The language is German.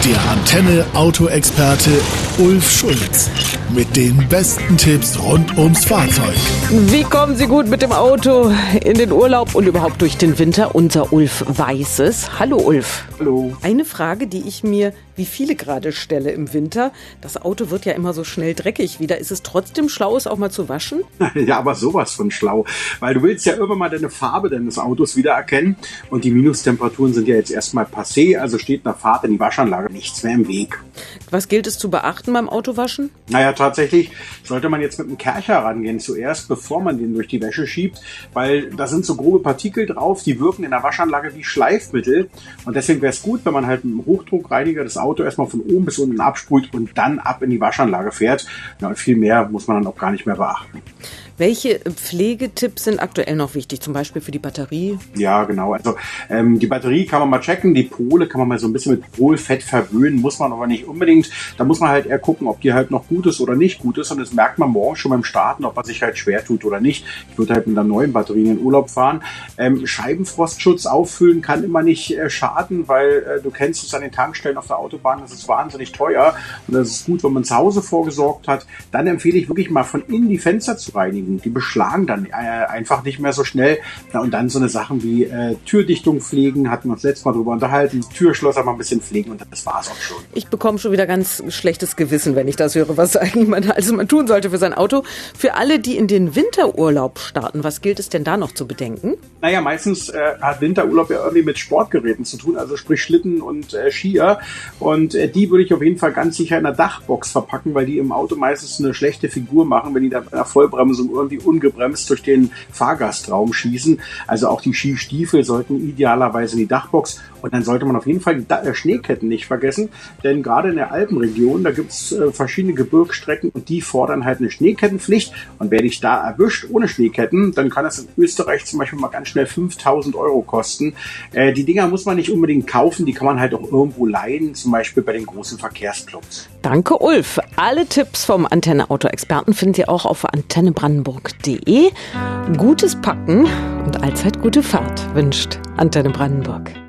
Der Antenne Autoexperte Ulf Schulz mit den besten Tipps rund ums Fahrzeug. Wie kommen Sie gut mit dem Auto in den Urlaub und überhaupt durch den Winter? Unser Ulf weiß es. Hallo Ulf. Hallo. Eine Frage, die ich mir, wie viele gerade stelle im Winter. Das Auto wird ja immer so schnell dreckig wieder. Ist es trotzdem schlau, es auch mal zu waschen? Ja, aber sowas von schlau. Weil du willst ja irgendwann mal deine Farbe deines Autos wiedererkennen. Und die Minustemperaturen sind ja jetzt erstmal passé. Also steht nach Fahrt in die Waschanlage nichts mehr im Weg. Was gilt es zu beachten beim Autowaschen? Naja, tatsächlich sollte man jetzt mit einem Kercher rangehen zuerst, bevor man den durch die Wäsche schiebt. Weil da sind so grobe Partikel drauf, die wirken in der Waschanlage wie Schleifmittel. Und deswegen wäre es gut, wenn man halt mit einem Hochdruckreiniger das Auto erstmal von oben bis unten absprüht und dann ab in die Waschanlage fährt. Ja, und viel mehr muss man dann auch gar nicht mehr beachten. Welche Pflegetipps sind aktuell noch wichtig, zum Beispiel für die Batterie? Ja, genau. Also die Batterie kann man mal checken, die Pole kann man mal so ein bisschen mit Polfett verwöhnen, muss man aber nicht unbedingt. Da muss man halt eher gucken, ob die halt noch gut ist oder nicht gut ist. Und das merkt man morgen schon beim Starten, ob man sich halt schwer tut oder nicht. Ich würde halt mit einer neuen Batterie in den Urlaub fahren. Scheibenfrostschutz auffüllen kann immer nicht schaden, weil du kennst es an den Tankstellen auf der Autobahn, das ist wahnsinnig teuer. Und das ist gut, wenn man zu Hause vorgesorgt hat. Dann empfehle ich wirklich mal von innen die Fenster zu reinigen. Die beschlagen dann einfach nicht mehr so schnell. Ja, und dann so eine Sachen wie Türdichtung pflegen, hatten wir uns letztes Mal drüber unterhalten, Türschlosser mal ein bisschen pflegen und das war's auch schon. Ich bekomme schon wieder ganz schlechtes Gewissen, wenn ich das höre, was eigentlich man tun sollte für sein Auto. Für alle, die in den Winterurlaub starten, was gilt es denn da noch zu bedenken? Naja, meistens hat Winterurlaub ja irgendwie mit Sportgeräten zu tun, also sprich Schlitten und Skier. Und die würde ich auf jeden Fall ganz sicher in einer Dachbox verpacken, weil die im Auto meistens eine schlechte Figur machen, wenn die da bei einer Vollbremsung irgendwie ungebremst durch den Fahrgastraum schießen. Also auch die Skistiefel sollten idealerweise in die Dachbox. Und dann sollte man auf jeden Fall die Schneeketten nicht vergessen, denn gerade in der Alpenregion, da gibt es verschiedene Gebirgsstrecken und die fordern halt eine Schneekettenpflicht. Und wer dich da erwischt ohne Schneeketten, dann kann es in Österreich zum Beispiel mal ganz schnell 5.000 Euro kosten. Die Dinger muss man nicht unbedingt kaufen, die kann man halt auch irgendwo leihen, zum Beispiel bei den großen Verkehrsclubs. Danke, Ulf. Alle Tipps vom Antenne-Auto-Experten finden Sie auch auf antennebrandenburg.de. Gutes Packen und allzeit gute Fahrt wünscht Antenne Brandenburg.